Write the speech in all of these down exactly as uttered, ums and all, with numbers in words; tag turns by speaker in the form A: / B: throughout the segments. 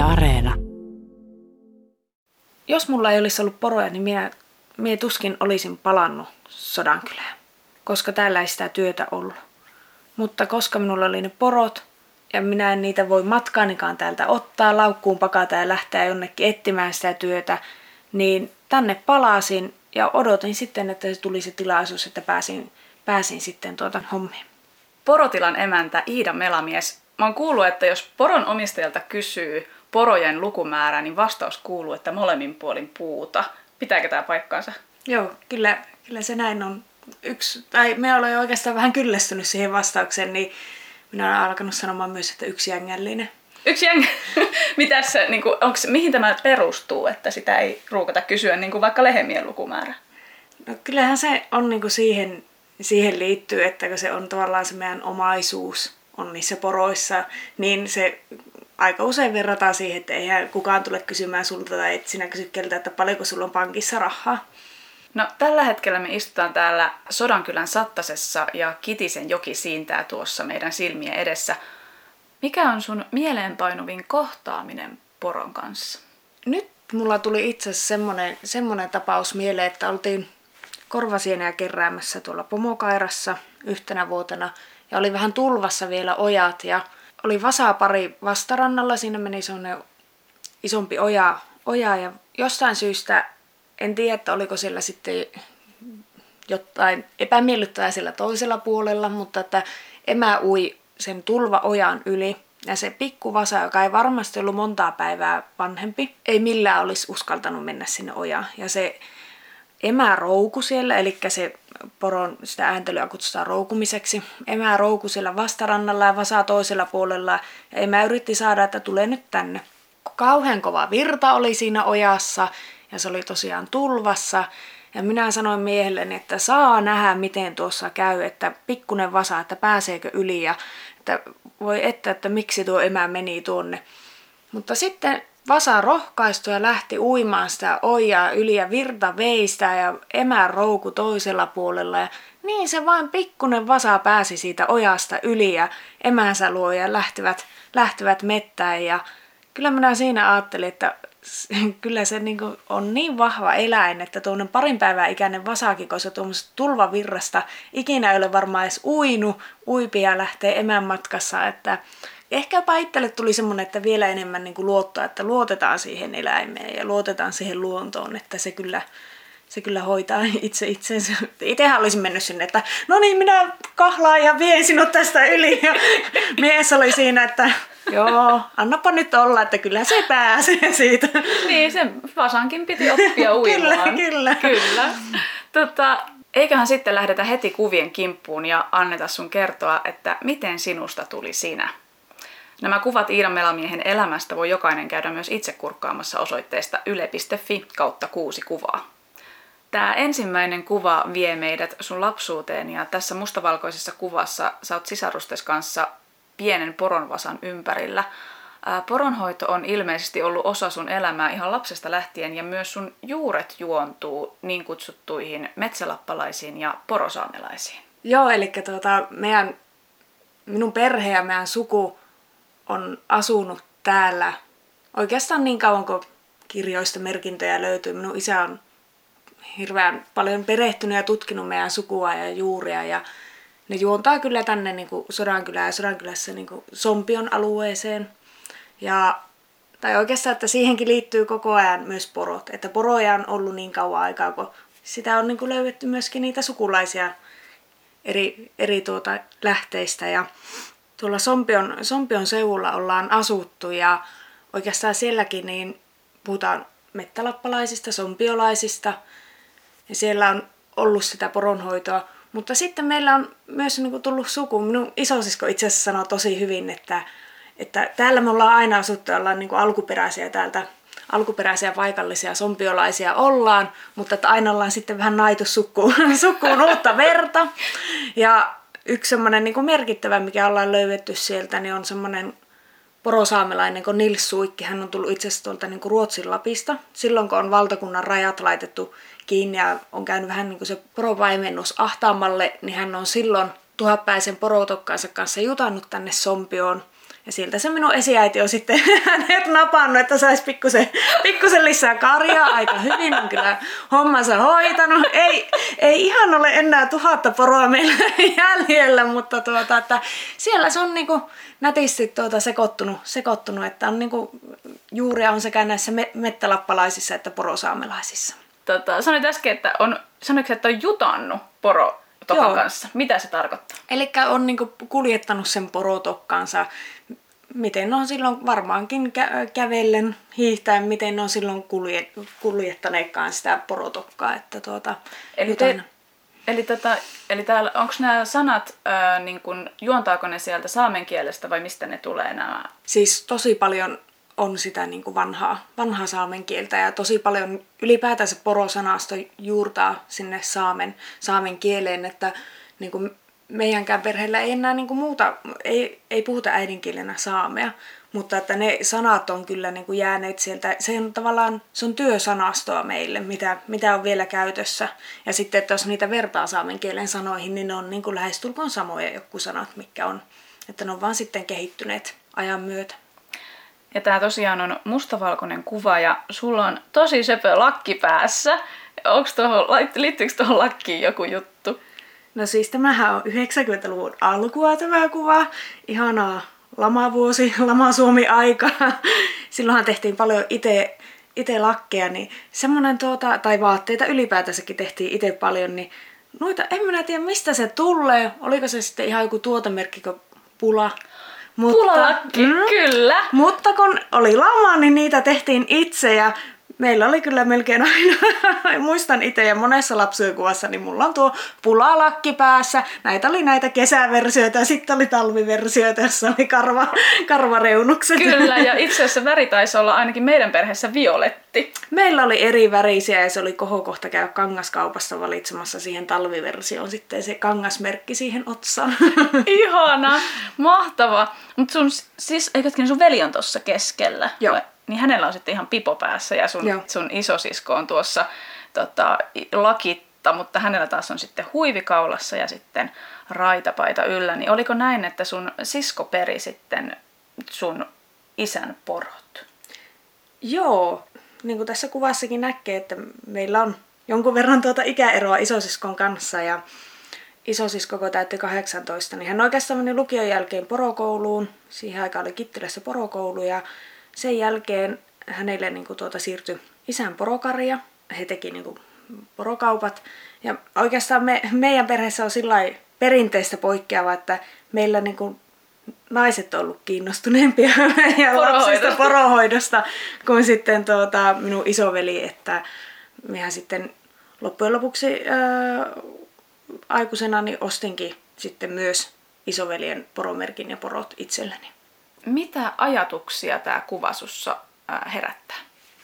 A: Areena.
B: Jos mulla ei olisi ollut poroja, niin minä, minä tuskin olisin palannut Sodankylään, koska täällä ei sitä työtä ollut. Mutta koska minulla oli ne porot ja minä en niitä voi matkaanikaan täältä ottaa, laukkuun pakata ja lähteä jonnekin etsimään sitä työtä, niin tänne palasin ja odotin sitten, että se tuli se tilaisuus, että pääsin, pääsin sitten tuota hommiin.
C: Porotilan emäntä Iida Melamies. Mä oon kuullut, että jos poron omistajalta kysyy porojen lukumäärää, niin vastaus kuuluu, että molemmin puolin puuta. Pitääkö tää paikkaansa?
B: Joo, kyllä, kyllä se näin on. Yksi, tai me olen oikeastaan vähän kyllästynyt siihen vastaukseen, niin minä olen alkanut sanomaan myös, että yksi jängällinen.
C: Yksi jängä. Mitäs, niin kuin, onks, mihin tämä perustuu, että sitä ei ruukata kysyä niin kuin vaikka lehmien lukumäärä?
B: No kyllähän se on niin kuin siihen, siihen liittyy, että kun se on tavallaan se meidän omaisuus on niissä poroissa, niin se aika usein verrataan siihen, että eihän kukaan tule kysymään sulta tai et sinä kysy keltä, että paljonko sulla on pankissa rahaa.
C: No tällä hetkellä me istutaan täällä Sodankylän Sattasessa ja Kitisen joki siintää tuossa meidän silmien edessä. Mikä on sun mieleenpainuvin kohtaaminen poron kanssa?
B: Nyt mulla tuli itse asiassa semmoinen, semmoinen tapaus mieleen, että oltiin korvasieniä keräämässä tuolla Pomokairassa yhtenä vuotena ja oli vähän tulvassa vielä ojat ja oli vasapari vastarannalla, siinä meni semmoinen isompi oja, oja ja jostain syystä, en tiedä, että oliko siellä sitten jotain epämiellyttävää siellä toisella puolella, mutta että emä ui sen tulvaojan yli ja se pikku vasa, joka ei varmasti ollut montaa päivää vanhempi, ei millään olisi uskaltanut mennä sinne ojaan. Ja se emä rouku siellä, eli se poron sitä ääntelyä kutsutaan roukumiseksi. Emä rouku siellä vastarannalla ja vasa toisella puolella ja emä yritti saada, että tulee nyt tänne. Kauhean kova virta oli siinä ojassa ja se oli tosiaan tulvassa. Ja minä sanoin miehelleni, että saa nähdä, miten tuossa käy, että pikkunen vasa, että pääseekö yli ja että voi että, että miksi tuo emä meni tuonne. Mutta sitten vasa rohkaistui ja lähti uimaan sitä ojaa yli ja virta veistä ja emä rouku toisella puolella. Ja niin se vain pikkunen vasa pääsi siitä ojasta yli ja emänsä luo ja lähtivät, lähtivät mettään. Ja kyllä minä siinä ajattelin, että kyllä se niin kuin on niin vahva eläin, että tuollainen parin päivän ikäinen vasakin, kun se tuommoisesta tulvavirrasta ikinä ei ole varmaan edes uinut, uipi ja lähtee emän matkassa. Että ehkä jopa itselle tuli semmoinen, että vielä enemmän niin kuin luottoa, että luotetaan siihen eläimeen ja luotetaan siihen luontoon, että se kyllä, se kyllä hoitaa itse itsensä. Itsehän olisin mennyt sinne, että no niin, minä kahlaan ja vien sinut tästä yli. Ja mies oli siinä, että joo, annapa nyt olla, että kyllä se pääsee siitä.
C: Niin, sen vasankin piti oppia uimaan.
B: Kyllä, kyllä.
C: Kyllä. Tota, eiköhän sitten lähdetä heti kuvien kimppuun ja anneta sun kertoa, että miten sinusta tuli sinä. Nämä kuvat Iida Melamiehen elämästä voi jokainen käydä myös itse kurkkaamassa osoitteesta yle piste fi kautta kuusi kuvaa. Tämä ensimmäinen kuva vie meidät sun lapsuuteen ja tässä mustavalkoisessa kuvassa sä oot sisarustes kanssa pienen poronvasan ympärillä. Ää, poronhoito on ilmeisesti ollut osa sun elämää ihan lapsesta lähtien ja myös sun juuret juontuu niin kutsuttuihin metsälappalaisiin ja porosaamelaisiin.
B: Joo, eli tuota, meidän, minun perhe ja meidän suku on asunut täällä oikeastaan niin kauan kuin kirjoista merkintöjä löytyy. Minun isä on hirveän paljon perehtynyt ja tutkinut meidän sukua ja juuria ja ne juontaa kyllä tänne niin kuin Sodankylään ja Sodankylässä niin kuin Sompion alueeseen. Ja, tai oikeastaan, että siihenkin liittyy koko ajan myös porot. Että poroja on ollut niin kauan aikaa, kun sitä on niin kuin löydetty myöskin niitä sukulaisia eri, eri tuota lähteistä. Ja tuolla Sompion, Sompion seudulla ollaan asuttu ja oikeastaan sielläkin niin puhutaan mettälappalaisista, sompiolaisista. Ja siellä on ollut sitä poronhoitoa. Mutta sitten meillä on myös niin kuin tullut suku. Minun isosisko itse asiassa sanoo tosi hyvin, että, että täällä me ollaan aina asuttu, ollaan niin kuin alkuperäisiä täältä, alkuperäisiä paikallisia sompiolaisia ollaan, mutta että aina ollaan sitten vähän naitu sukkuun, sukkuun uutta verta. Ja yksi semmoinen niin kuin merkittävä, mikä ollaan löydetty sieltä, niin on semmoinen porosaamelainen kuin Nils Suikki. Hän on tullut itse asiassa tuolta niin kuin Ruotsin Lapista. Silloin kun on valtakunnan rajat laitettu kiinni ja on käynyt vähän niin kuin se porovaimennus ahtaammalle, niin hän on silloin tuhatpäisen porotokkaansa kanssa jutannut tänne Sompioon. Ja siltä se minun esiäiti on sitten hänet napannut, että saisi pikkusen, pikkusen lisää karjaa. Aika hyvin on kyllä hommansa hoitanut. Ei, ei ihan ole enää tuhatta poroa meillä jäljellä, mutta tuota, että siellä se on niinku nätisti tuota sekoittunut, sekoittunut, että on niinku, juuria on sekä näissä me- mettälappalaisissa että porosaamelaisissa.
C: Tota, sanoit äsken, että on, sanoitko, että on jutannut porotokan Joo. kanssa. Mitä se tarkoittaa?
B: Eli on niinku kuljettanut sen porotokkansa, miten on silloin varmaankin kä- kävellen, hiihtäen, miten on silloin kulje- kuljettaneetkaan sitä porotokkaa. Että tuota,
C: eli, te, eli, tota, eli täällä, onko nämä sanat, ää, niin kun, juontaako ne sieltä saamen kielestä vai mistä ne tulee nämä?
B: Siis tosi paljon on sitä niin kuin vanhaa, vanhaa saamen kieltä ja tosi paljon ylipäätänsä porosanasto juurtaa sinne saamen, saamen kieleen, että niin kuin meidänkään perheellä ei enää niin kuin muuta, ei, ei puhuta äidinkielenä saamea, mutta että ne sanat on kyllä niin kuin jääneet sieltä, se on tavallaan, se on työsanastoa meille, mitä, mitä on vielä käytössä. Ja sitten, että jos niitä vertaa saamen kielen sanoihin, niin ne on niin kuin lähestulkoon samoja joku sanat, mitkä on, että ne on vaan sitten kehittyneet ajan myötä.
C: Ja tää tosiaan on mustavalkoinen kuva ja sulla on tosi söpö lakki päässä. Onks tohon, liittyykö tuohon lakkiin joku juttu?
B: No siis tämähän on yhdeksänkymmentäluvun alkua tämä kuva. Ihanaa lamavuosi, lama-Suomi-aika. Silloinhan tehtiin paljon ite, ite lakkeja, niin semmonen tuota, tai vaatteita ylipäätänsäkin tehtiin itse paljon, niin noita en minä tiedä mistä se tulee. Oliko se sitten ihan joku tuotemerkki kuin Pula?
C: Mutta, Pulalakki, mm, kyllä.
B: Mutta kun oli lama, niin niitä tehtiin itse ja meillä oli kyllä melkein aina, muistan itse ja monessa lapsuuden niin mulla on tuo pulalakki päässä. Näitä oli näitä kesäversioita ja sitten oli talviversioita, jossa oli karva, karvareunukset.
C: Kyllä, ja itse asiassa väri taisi olla ainakin meidän perheessä violetti.
B: Meillä oli eri värisiä ja se oli kohokohta käydä kangaskaupassa valitsemassa siihen talviversioon sitten se kangasmerkki siihen otsaan.
C: Ihana, mahtava. Mutta sun, siis, eikötkin sun veli on tossa keskellä?
B: Joo.
C: Vai? Niin hänellä on sitten ihan pipo päässä ja sun, sun isosisko on tuossa tota, lakitta, mutta hänellä taas on sitten huivi kaulassa ja sitten raitapaita yllä. Niin oliko näin, että sun sisko peri sitten sun isän porot?
B: Joo, niin kuin tässä kuvassakin näkee, että meillä on jonkun verran tuota ikäeroa isosiskon kanssa ja isosisko, kun täytti kahdeksantoista, niin hän oikeastaan meni lukion jälkeen porokouluun. Siihen aikaan oli Kittilässä porokoulu ja sen jälkeen hänelle niin kuin, tuota, siirtyi isän porokarja. He teki niin kuin, porokaupat. Ja oikeastaan me, meidän perheessä on sillai perinteistä poikkeava, että meillä niin kuin, naiset on ollut kiinnostuneempia meidän lapsista porohoidosta kuin sitten tuota, minun isoveli. Että mehän sitten loppujen lopuksi ää, aikuisena niin ostinkin sitten myös isoveljen poromerkin ja porot itselleni.
C: Mitä ajatuksia tämä kuva sussa herättää?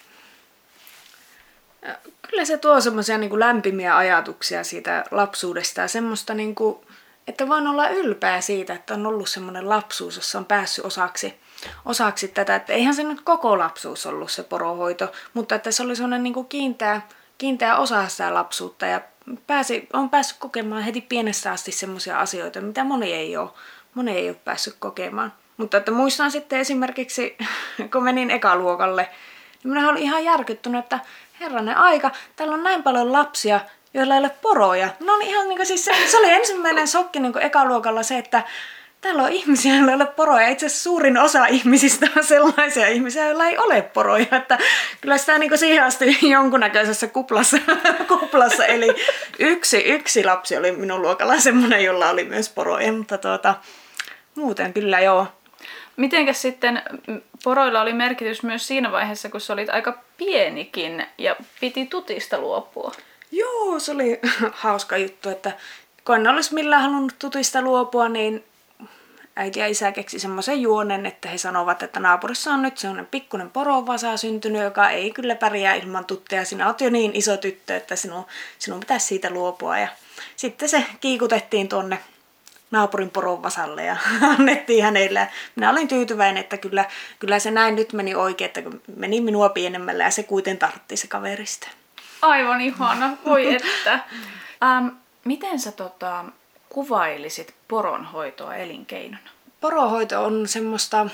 B: Kyllä se tuo semmoisia niin kuin lämpimiä ajatuksia siitä lapsuudesta ja semmoista, niin kuin, että vaan olla ylpeä siitä, että on ollut semmoinen lapsuus, jossa on päässyt osaksi, osaksi tätä. Että eihän se nyt koko lapsuus ollut se porohoito, mutta että se oli semmoinen niin kuin kiinteä, kiinteä osa sitä lapsuutta ja pääsi, on päässyt kokemaan heti pienestä asti semmoisia asioita, mitä moni ei ole, moni ei ole päässyt kokemaan. Mutta että muistan sitten esimerkiksi, kun menin ekaluokalle, niin minä olin ihan järkyttynyt, että herranen aika, täällä on näin paljon lapsia, joilla ei ole poroja. No niin ihan niin kuin siis se, se oli ensimmäinen shokki niin kuin ekaluokalla se, että täällä on ihmisiä, joilla ei ole poroja. Itse asiassa suurin osa ihmisistä on sellaisia ihmisiä, joilla ei ole poroja. Että kyllä sitä niin kuin siihen asti jonkunnäköisessä kuplassa, kuplassa eli yksi, yksi lapsi oli minun luokalla semmoinen, jolla oli myös poroja, mutta tuota, muuten kyllä joo.
C: Mitenkäs sitten poroilla oli merkitys myös siinä vaiheessa, kun sä olit aika pienikin ja piti tutista luopua?
B: Joo, se oli hauska juttu, että kun en olisi millään halunnut tutista luopua, niin äiti ja isä keksi semmoisen juonen, että he sanovat, että naapurissa on nyt semmoinen pikkuinen porovasa syntynyt, joka ei kyllä pärjää ilman tutteja. Sinä oot jo niin iso tyttö, että sinun, sinun pitäisi siitä luopua. Ja sitten se kiikutettiin tuonne naapurin porovasalle ja annettiin hänelle. Minä olin tyytyväinen, että kyllä, kyllä se näin nyt meni oikein, että kun meni minua pienemmälle ja se kuiten tartti se kaverista.
C: Aivan ihana, voi että. Ähm, miten sä tota, kuvailisit poronhoitoa elinkeinona?
B: Poronhoito on semmoista,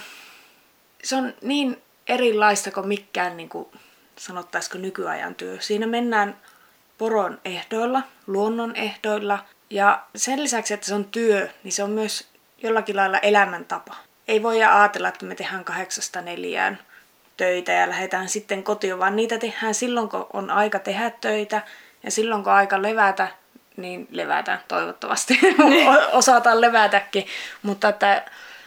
B: se on niin erilaista kuin mikään, niin kuin sanottaisiko nykyajan työ. Siinä mennään poron ehdoilla, luonnon ehdoilla ja sen lisäksi, että se on työ, niin se on myös jollakin lailla elämäntapa. Ei voi ajatella, että me tehdään kahdeksasta neljään töitä ja lähdetään sitten kotiin, vaan niitä tehdään silloin, kun on aika tehdä töitä ja silloin, kun on aika levätä, niin levätään toivottavasti. Osataan levätäkin, mutta että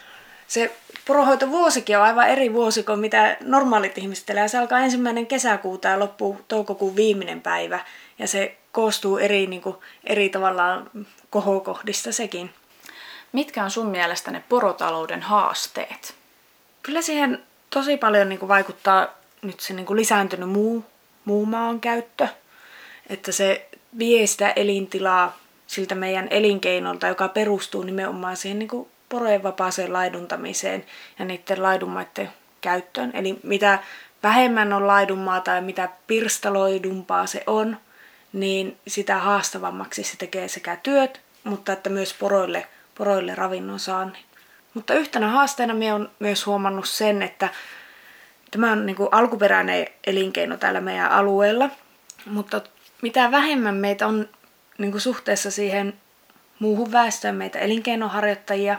B: se poronhoitovuosikin on aivan eri vuosi kuin mitä normaalit ihmiset elää. Se alkaa ensimmäinen kesäkuuta ja loppuu toukokuun viimeinen päivä ja se koostuu eri, niin kuin, eri tavallaan kohokohdista sekin.
C: Mitkä on sun mielestä ne porotalouden haasteet?
B: Kyllä siihen tosi paljon niin kuin vaikuttaa nyt se niin kuin lisääntynyt muu, muu maan käyttö. Että se vie sitä elintilaa siltä meidän elinkeinolta, joka perustuu nimenomaan siihen niin kuin porojen vapaaseen laiduntamiseen ja niiden laidunmaiden käyttöön. Eli mitä vähemmän on laidunmaa tai mitä pirstaloidumpaa se on, niin sitä haastavammaksi se tekee sekä työt, mutta että myös poroille, poroille ravinnon saannin. Mutta yhtenä haasteena minä olen myös huomannut sen, että tämä on niin kuin alkuperäinen elinkeino täällä meidän alueella, mutta mitä vähemmän meitä on niin kuin suhteessa siihen muuhun väestöön, meitä elinkeinoharjoittajia,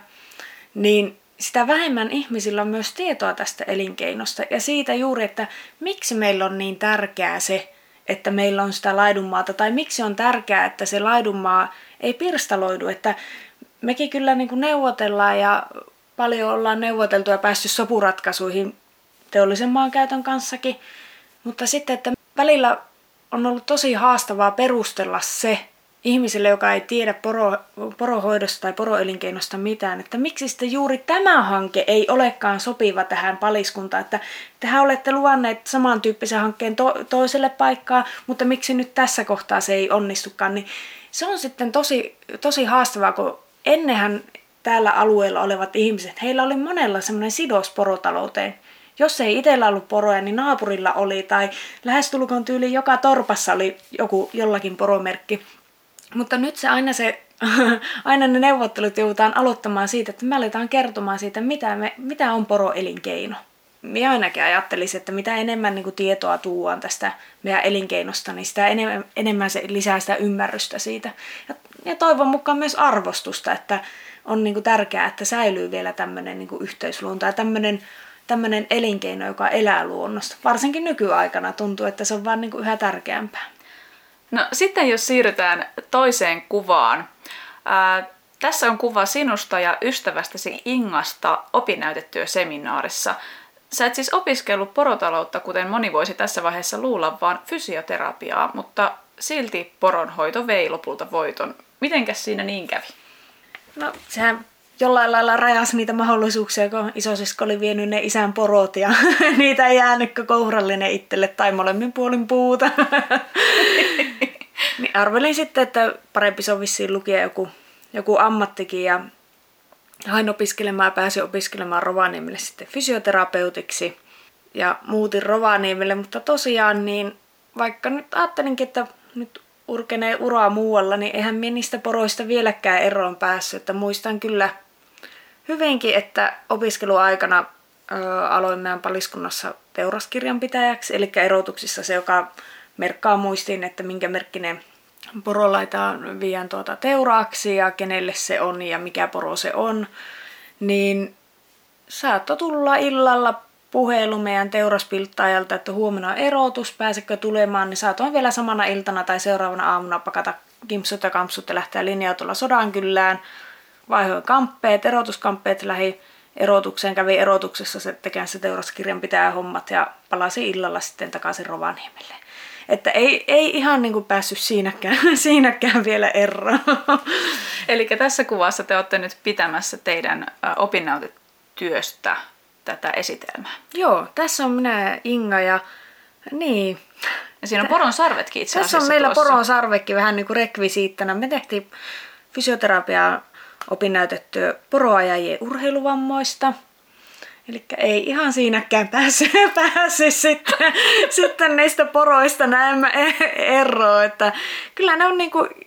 B: niin sitä vähemmän ihmisillä on myös tietoa tästä elinkeinosta ja siitä juuri, että miksi meillä on niin tärkeää se, että meillä on sitä laidunmaata, tai miksi on tärkeää, että se laidunmaa ei pirstaloidu, että mekin kyllä niin kuin neuvotellaan ja paljon ollaan neuvoteltu ja päästy sopuratkaisuihin teollisen maankäytön kanssakin, mutta sitten, että välillä on ollut tosi haastavaa perustella se ihmiselle, joka ei tiedä poro, porohoidosta tai poroelinkeinosta mitään, että miksi sitten juuri tämä hanke ei olekaan sopiva tähän paliskuntaan, että tehän olette luvanneet samantyyppisen hankkeen to, toiselle paikkaa, mutta miksi nyt tässä kohtaa se ei onnistukaan, niin se on sitten tosi, tosi haastavaa, kun ennenhän täällä alueella olevat ihmiset, heillä oli monella semmoinen sidos porotalouteen. Jos ei itsellä ollut poroja, niin naapurilla oli, tai lähestulkoon tyyliin joka torpassa oli joku, jollakin poromerkki. Mutta nyt se aina, se, aina ne neuvottelut joudutaan aloittamaan siitä, että me aletaan kertomaan siitä, mitä, me, mitä on poroelinkeino. Minä ainakin ajattelisin, että mitä enemmän niin kuin tietoa tuodaan tästä meidän elinkeinosta, niin sitä enemmän, enemmän se lisää sitä ymmärrystä siitä. Ja, ja toivon mukaan myös arvostusta, että on niin kuin tärkeää, että säilyy vielä tämmöinen niin kuin yhteisluonto ja tämmöinen, tämmöinen elinkeino, joka elää luonnosta. Varsinkin nykyaikana tuntuu, että se on vaan niin kuin yhä tärkeämpää.
C: No sitten jos siirrytään toiseen kuvaan. Ää, tässä on kuva sinusta ja ystävästäsi Ingasta opinnäytetyöseminaarissa. Sä et siis opiskellut porotaloutta, kuten moni voisi tässä vaiheessa luulla, vaan fysioterapiaa, mutta silti poronhoito vei lopulta voiton. Mitenkäs siinä niin kävi?
B: No sehän jollain lailla rajasi niitä mahdollisuuksia, kun isosisko oli vienyt ne isän porot ja niitä ei jäänyt kourallinen itselle tai molemmin puolin puuta. Niin arvelin sitten, että parempi se on vissiin lukia joku, joku ammattikin ja hain opiskelemaan ja pääsin opiskelemaan Rovaniemelle sitten fysioterapeutiksi ja muutin Rovaniemelle, mutta tosiaan niin vaikka nyt ajattelinkin, että nyt urkenee uraa muualla, niin eihän minä niistä poroista vieläkään eroon päässyt, että muistan kyllä hyvinkin, että opiskeluaikana ö, aloin meidän paliskunnassa teuraskirjanpitäjäksi, eli erotuksissa se, joka merkkaa muistiin, että minkä merkkinen porolaita viedään tuota teuraaksi ja kenelle se on ja mikä poro se on, niin saattoi tulla illalla puhelu meidän teuraspilttaajalta, että huomenna on erotus, pääsekö tulemaan, niin saatoin vielä samana iltana tai seuraavana aamuna pakata kimpsut ja kampsut ja lähteä linja-autolla Sodankylään. Vaihoin kamppeet, erotuskamppeet lähi erotukseen, kävin erotuksessa se tekemässä teuraskirjanpitäjän hommat ja palasin illalla sitten takaisin Rovaniemelle. Että ei, ei ihan niin kuin päässyt siinäkään, siinäkään vielä eroon.
C: Eli tässä kuvassa te olette nyt pitämässä teidän opinnäytetyöstä tätä esitelmää.
B: Joo, tässä on minä ja Inga ja niin.
C: Ja siinä on poron sarvetkin itse asiassa.
B: Tässä on meillä
C: tuossa.
B: poron sarvetkin vähän niin kuin rekvisiittana. Me tehtiin fysioterapiaa opinnäytettyä poroajajien urheiluvammoista. Eli ei ihan siinäkään päässyt, päässyt sitten, sitten niistä poroista näemmä eroon. Että kyllä ne on niin kuin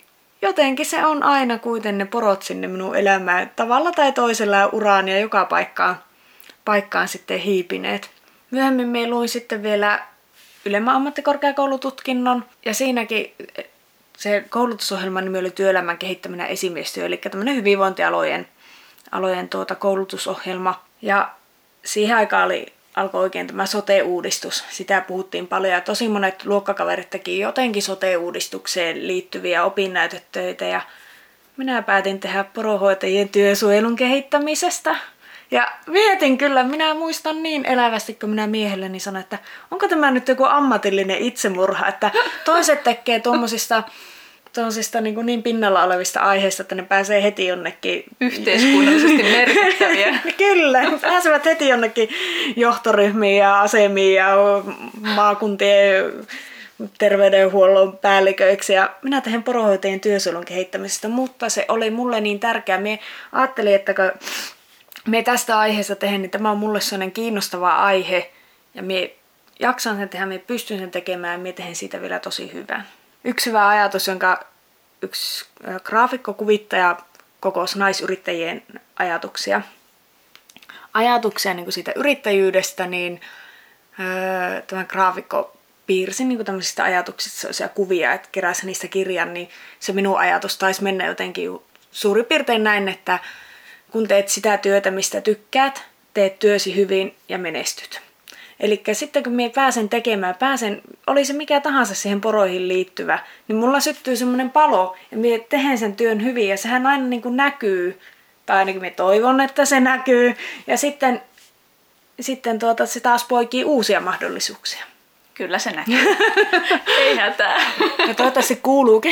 B: jotenkin se on aina kuitenkin ne porot sinne minun elämään tavalla tai toisella uraan ja joka paikkaan, paikkaan sitten hiipineet. Myöhemmin me luin sitten vielä ylemmän ammattikorkeakoulututkinnon ja siinäkin se koulutusohjelman nimi oli työelämän kehittäminen esimiestyö, eli tämmöinen hyvinvointialojen alojen tuota koulutusohjelma. Ja siihen aikaan oli, alkoi oikein tämä sote-uudistus. Sitä puhuttiin paljon ja tosi monet luokkakaverit teki jotenkin sote-uudistukseen liittyviä opinnäytetöitä. Ja minä päätin tehdä poronhoitajien työsuojelun kehittämisestä. Ja mietin kyllä, minä muistan niin elävästi, kun minä miehelleni sanoin, että onko tämä nyt joku ammatillinen itsemurha, että toiset tekee tuommoisista tuollaisista niin, niin pinnalla olevista aiheista, että ne pääsee heti jonnekin
C: yhteiskunnallisesti merkittäviä.
B: Kyllä, pääsevät heti jonnekin johtoryhmiin ja asemiin ja maakuntien terveydenhuollon päälliköiksi. Ja minä tehdin poronhoitajien työsuojelun kehittämisestä, mutta se oli mulle niin tärkeä. Minä ajattelin, että kun minä tästä aiheesta tehdä, niin tämä on mulle sellainen kiinnostava aihe. Ja minä jaksan sen tehdä, minä pystyn sen tekemään ja minä tehdin siitä vielä tosi hyvän. Yksi hyvä ajatus, jonka yksi graafikkokuvittaja kokosi naisyrittäjien ajatuksia. Ajatuksia niin kuin siitä yrittäjyydestä, niin öö, tämä graafikko piirsi niin kuin tämmöisistä ajatuksista sellaisia kuvia, että keräsi niistä kirjan, niin se minun ajatus taisi mennä jotenkin suurin piirtein näin, että kun teet sitä työtä, mistä tykkäät, teet työsi hyvin ja menestyt. Eli sitten kun minä pääsen tekemään, pääsen, oli se mikä tahansa siihen poroihin liittyvä, niin mulla syttyy semmoinen palo ja minä teen sen työn hyvin ja sehän aina niin kuin näkyy, tai ainakin minä toivon, että se näkyy. Ja sitten, sitten tuota, se taas poikii uusia mahdollisuuksia.
C: Kyllä se näkyy. Ei hätää.
B: Ja toivottavasti kuuluukin.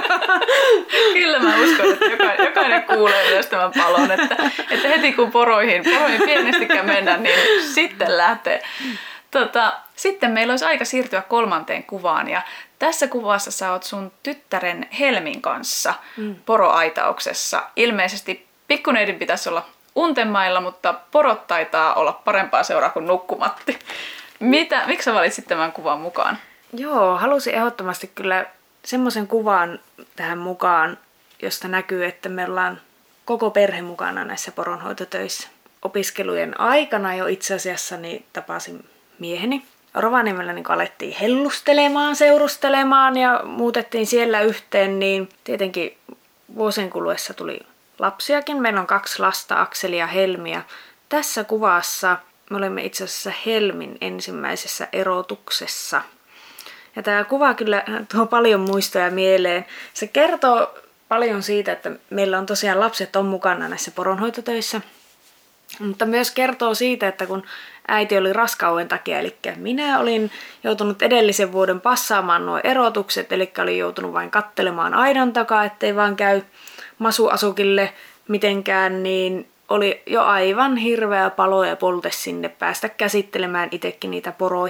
C: Kyllä mä uskon, että jokainen, jokainen kuulee myös tämän palon, että, että heti kun poroihin, poroihin pienestikään mennään, niin sitten lähtee. Tota, sitten meillä olisi aika siirtyä kolmanteen kuvaan ja tässä kuvassa sä oot sun tyttären Helmin kanssa mm. poroaitauksessa. Ilmeisesti pikkuneidin pitäisi olla untemailla, mutta porot taitaa olla parempaa seuraa kuin nukkumatti. Mitä, miksi sä valitsit tämän kuvan mukaan?
B: Joo, halusin ehdottomasti kyllä semmoisen kuvan tähän mukaan, josta näkyy, että me ollaan koko perhe mukana näissä poronhoitotöissä. Opiskelujen aikana jo itse asiassa niin tapasin mieheni. Rovaniemellä niin alettiin hellustelemaan, seurustelemaan ja muutettiin siellä yhteen, niin tietenkin vuosien kuluessa tuli lapsiakin. Meillä on kaksi lasta, Akseli ja Helmi. Ja tässä kuvassa me olemme itse asiassa Helmin ensimmäisessä erotuksessa. Ja tämä kuva kyllä tuo paljon muistoja mieleen. Se kertoo paljon siitä, että meillä on tosiaan lapset on mukana näissä poronhoitotöissä. Mutta myös kertoo siitä, että kun äiti oli raskauden takia, eli minä olin joutunut edellisen vuoden passaamaan nuo erotukset, eli olin joutunut vain kattelemaan aidan takaa, ettei vaan käy masuasukille mitenkään, niin oli jo aivan hirveä palo ja polte sinne päästä käsittelemään itsekin niitä poroja.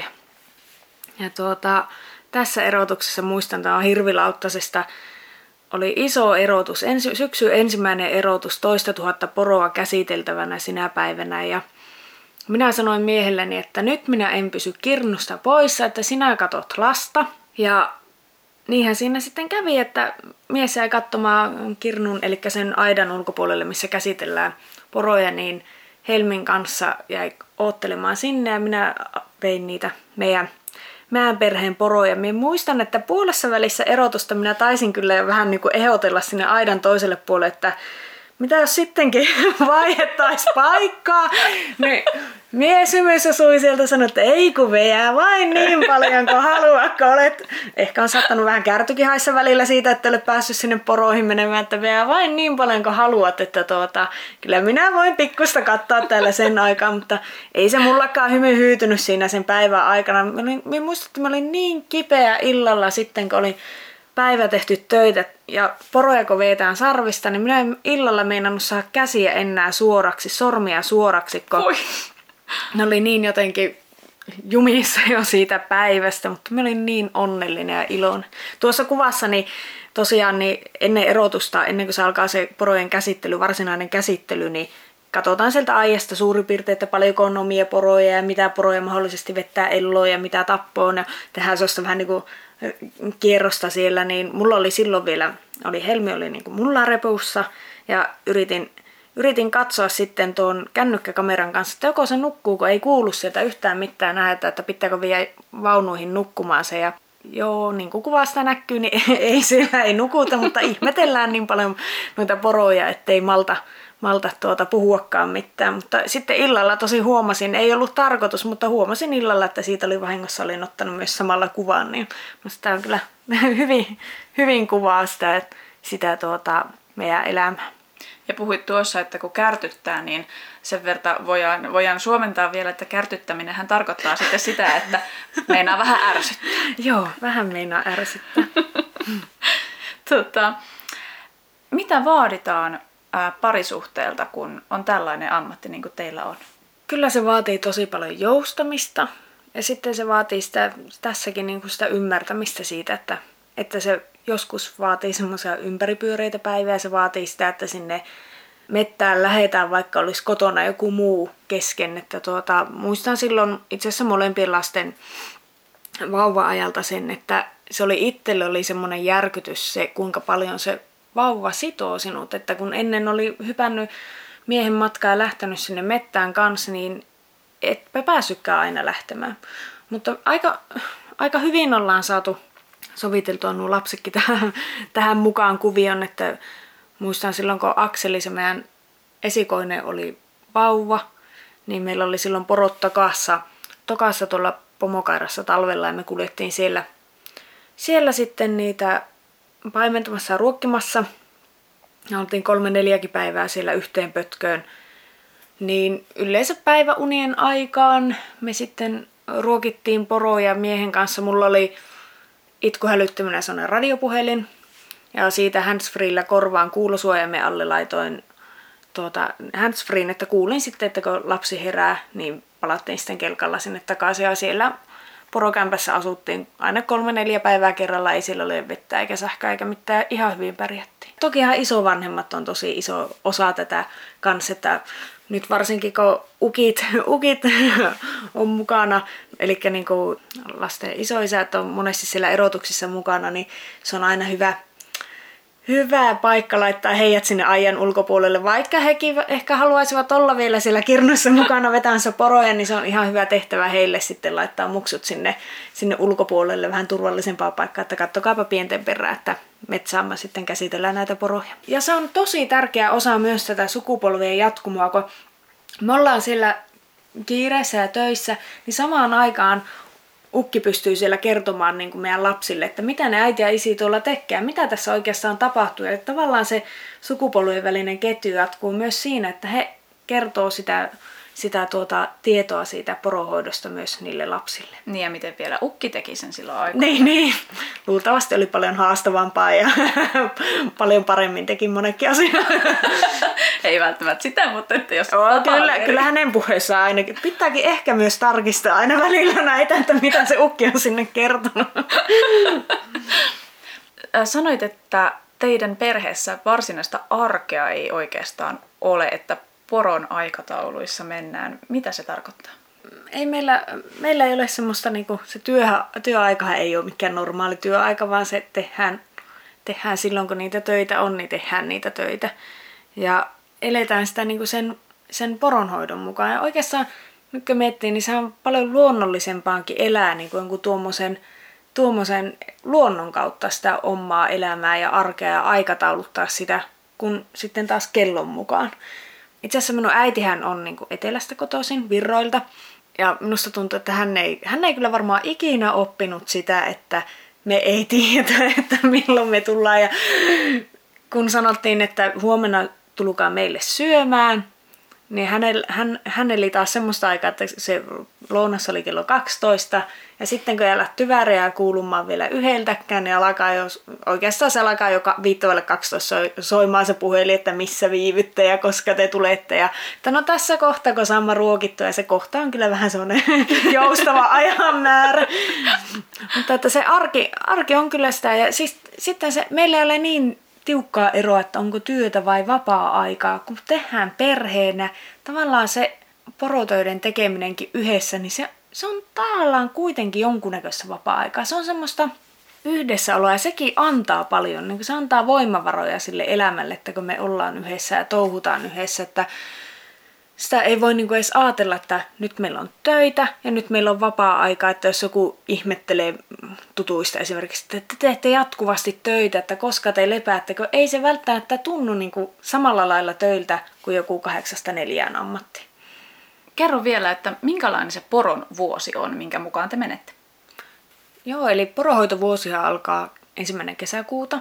B: Ja tuota, tässä erotuksessa muistan tämä Hirvilauttasesta oli iso erotus, ensi, syksy ensimmäinen erotus, toista tuhatta poroa käsiteltävänä sinä päivänä. Ja minä sanoin miehelleni, että nyt minä en pysy kirnusta poissa, että sinä katot lasta. Ja niinhän siinä sitten kävi, että mies jäi katsomaan kirnun, eli sen aidan ulkopuolelle, missä käsitellään poroja, niin Helmin kanssa jäi oottelemaan sinne ja minä vein niitä meidän, meidän perheen poroja. Minä muistan, että puolessa välissä erotusta minä taisin kyllä jo vähän niin kuin ehdotella sinne aidan toiselle puolelle, että mitä jos sittenkin vaihdettaisiin paikkaa, niin mies hymyssä sui sieltä sanoi, että ei kun veää vain niin paljon kuin haluat, kun olet. Ehkä on saattanut vähän kärtykin haissa välillä siitä, että olet päässyt sinne poroihin menemään, että veää vain niin paljon kuin haluat, että tuota, kyllä minä voin pikkusta katsoa täällä sen aikaa, mutta ei se mullakaan hymy hyytynyt siinä sen päivän aikana. Minä muistan, että mä olin niin kipeä illalla sitten, kun oli päivä tehty töitä ja poroja kun veetään sarvista, niin minä en illalla meinannut saada käsiä enää suoraksi, sormia suoraksi, kun Oi. ne oli niin jotenkin jumissa jo siitä päivästä, mutta minä olin niin onnellinen ja iloinen. Tuossa kuvassa niin tosiaan niin ennen erotusta, ennen kuin se alkaa se porojen käsittely, varsinainen käsittely, niin katsotaan sieltä aiasta suurin piirtein, että paljonko on omia poroja ja mitä poroja mahdollisesti vettää elloa ja mitä tappoon. Ja tehdään sellaista vähän niin kuin kierrosta siellä, niin mulla oli silloin vielä, oli Helmi oli niin kuin mulla repussa ja yritin, yritin katsoa sitten tuon kännykkäkameran kanssa, että joko se nukkuu, kun ei kuulu sieltä yhtään mitään nähdä, että pitääkö viedä vaunuihin nukkumaan se. Ja joo, niin kuin kuvasta näkyy, niin ei siellä ei nukuta, mutta ihmetellään niin paljon noita poroja, ettei malta, malta tuota puhuakaan mitään. Mutta sitten illalla tosi huomasin, ei ollut tarkoitus, mutta huomasin illalla, että siitä oli vahingossa, olin ottanut myös samalla kuvan, niin tämä on kyllä hyvin, hyvin kuvaa sitä, sitä tuota, meidän elämää.
C: Ja puhuit tuossa, että kun kärtyttää, niin sen verran voidaan, voidaan suomentaa vielä, että kärtyttäminenhän tarkoittaa sitten sitä, että meinaa vähän ärsyttää.
B: Joo, vähän meinaa ärsyttää.
C: tota, mitä vaaditaan ää, parisuhteelta, kun on tällainen ammatti niin kuin teillä on?
B: Kyllä se vaatii tosi paljon joustamista ja sitten se vaatii sitä, tässäkin niin kuin sitä ymmärtämistä siitä, että, että se joskus vaatii semmoisia ympäripyöreitä päiviä, se vaatii sitä, että sinne mettään lähetään, vaikka olisi kotona joku muu kesken. Että tuota, muistan silloin itse asiassa molempien lasten vauva-ajalta sen, että se oli itselle oli semmoinen järkytys se, kuinka paljon se vauva sitoo sinut. Että kun ennen oli hypännyt miehen matkaa ja lähtenyt sinne mettään kanssa, niin etpä päässytkään aina lähtemään. Mutta aika, aika hyvin ollaan saatu soviteltua nuo lapsetkin tähän, tähän mukaan kuvion, että muistan silloin, kun Akseli, se meidän esikoinen, oli vauva, niin meillä oli silloin porot tokassa, tokassa tuolla Pomokairassa talvella ja me kuljettiin siellä, siellä sitten niitä paimentamassa ja ruokkimassa. Ja oltiin kolme neljäkin päivää siellä yhteen pötköön. Niin yleensä päiväunien aikaan me sitten ruokittiin poroja miehen kanssa. Mulla oli itkuhälyttömänä sellainen radiopuhelin. Ja siitä handsfreellä korvaan kuulosuojamme alle laitoin tuota handsfreen, että kuulin sitten, että kun lapsi herää, niin palattiin sitten kelkalla sinne takaisin. Ja siellä porokämpässä asuttiin aina kolme neljä päivää kerralla, ei siellä ole vettä eikä sähköä eikä mitään, ihan hyvin pärjättiin. Tokihan isovanhemmat on tosi iso osa tätä kanssa, että nyt varsinkin kun ukit, ukit on mukana, eli niin kuin lasten isoisät on monesti siellä erotuksissa mukana, niin se on aina hyvä, hyvä paikka laittaa heidät sinne ajan ulkopuolelle. Vaikka hekin ehkä haluaisivat olla vielä siellä kirnussa mukana vetämässä poroja, niin se on ihan hyvä tehtävä heille sitten laittaa muksut sinne, sinne ulkopuolelle vähän turvallisempaa paikkaa, että kattokaapa pienten perään, että metsäämme sitten käsitellään näitä poroja. Ja se on tosi tärkeä osa myös tätä sukupolvien jatkumoa, kun me ollaan siellä kiireessä ja töissä, niin samaan aikaan ukki pystyy siellä kertomaan niin kuin meidän lapsille, että mitä ne äiti ja isi tuolla tekee, mitä tässä oikeastaan tapahtuu. Ja tavallaan se sukupolvien välinen ketju jatkuu myös siinä, että he kertoo sitä, sitä tuota tietoa siitä porohoidosta myös niille lapsille.
C: Niin ja miten vielä ukki teki sen silloin aikaa.
B: Niin, niin. Luultavasti oli paljon haastavampaa ja paljon paremmin teki monetkin asioita.
C: Ei välttämättä sitä, mutta että jos...
B: Oo, kyllä, kyllä hänen puheessaan ainakin. Pitääkin ehkä myös tarkistaa aina välillä näitä, että mitä se ukki on sinne kertonut.
C: Sanoit, että teidän perheessä varsinaista arkea ei oikeastaan ole, että poron aikatauluissa mennään. Mitä se tarkoittaa?
B: Ei meillä, meillä ei ole semmoista, niinku, se työ, työaikahan ei ole mikään normaali työaika, vaan se tehdään, tehdään silloin, kun niitä töitä on, niin tehdään niitä töitä. Ja eletään sitä niinku sen, sen poronhoidon mukaan. Ja oikeastaan, nyt kun miettii, niin se on paljon luonnollisempaankin elää niin kuin jonkun tuommoisen, tuommoisen luonnon kautta sitä omaa elämää ja arkea ja aikatauluttaa sitä, kun sitten taas kellon mukaan. Itse asiassa minun äitihän on niin kuin etelästä kotoisin, Virroilta. Ja minusta tuntuu, että hän ei, hän ei kyllä varmaan ikinä oppinut sitä, että me ei tiedä, että milloin me tullaan. Ja kun sanottiin, että huomenna tulkaa meille syömään, niin hänellä, hän, hänellä oli taas semmoista aikaa, että se lounas oli kello kaksitoista. Ja sitten kun ei ala tyvärejä kuulumaan vielä yhdeltäkään, niin alkaa jo, oikeastaan se alkaa jo viittavalle kaksitoista soimaan se puhelin, että missä viivytte ja koska te tulette. Ja että no tässä kohta, kun saamme ruokittua, ja se kohta on kyllä vähän semmoinen joustava ajanmäärä. Mutta että se arki, arki on kyllä sitä. Ja siis, sitten se, meillä ei ole niin tiukkaa eroa, että onko työtä vai vapaa-aikaa. Kun tehdään perheenä, tavallaan se porotöiden tekeminenkin yhdessä, niin se, se on tavallaan kuitenkin jonkunnäköistä vapaa-aikaa. Se on semmoista yhdessäoloa ja sekin antaa paljon. Niin se antaa voimavaroja sille elämälle, että kun me ollaan yhdessä ja touhutaan yhdessä, että sitä ei voi niinku edes ajatella, että nyt meillä on töitä ja nyt meillä on vapaa-aikaa, että jos joku ihmettelee tutuista esimerkiksi, että te teette jatkuvasti töitä, että koska te lepäätte, kun ei se välttämättä tunnu niinku samalla lailla töiltä kuin joku kahdeksasta neljään ammatti.
C: Kerro vielä, että minkälainen se poron vuosi on, minkä mukaan te menette?
B: Joo, eli poronhoitovuosihan alkaa ensimmäinen kesäkuuta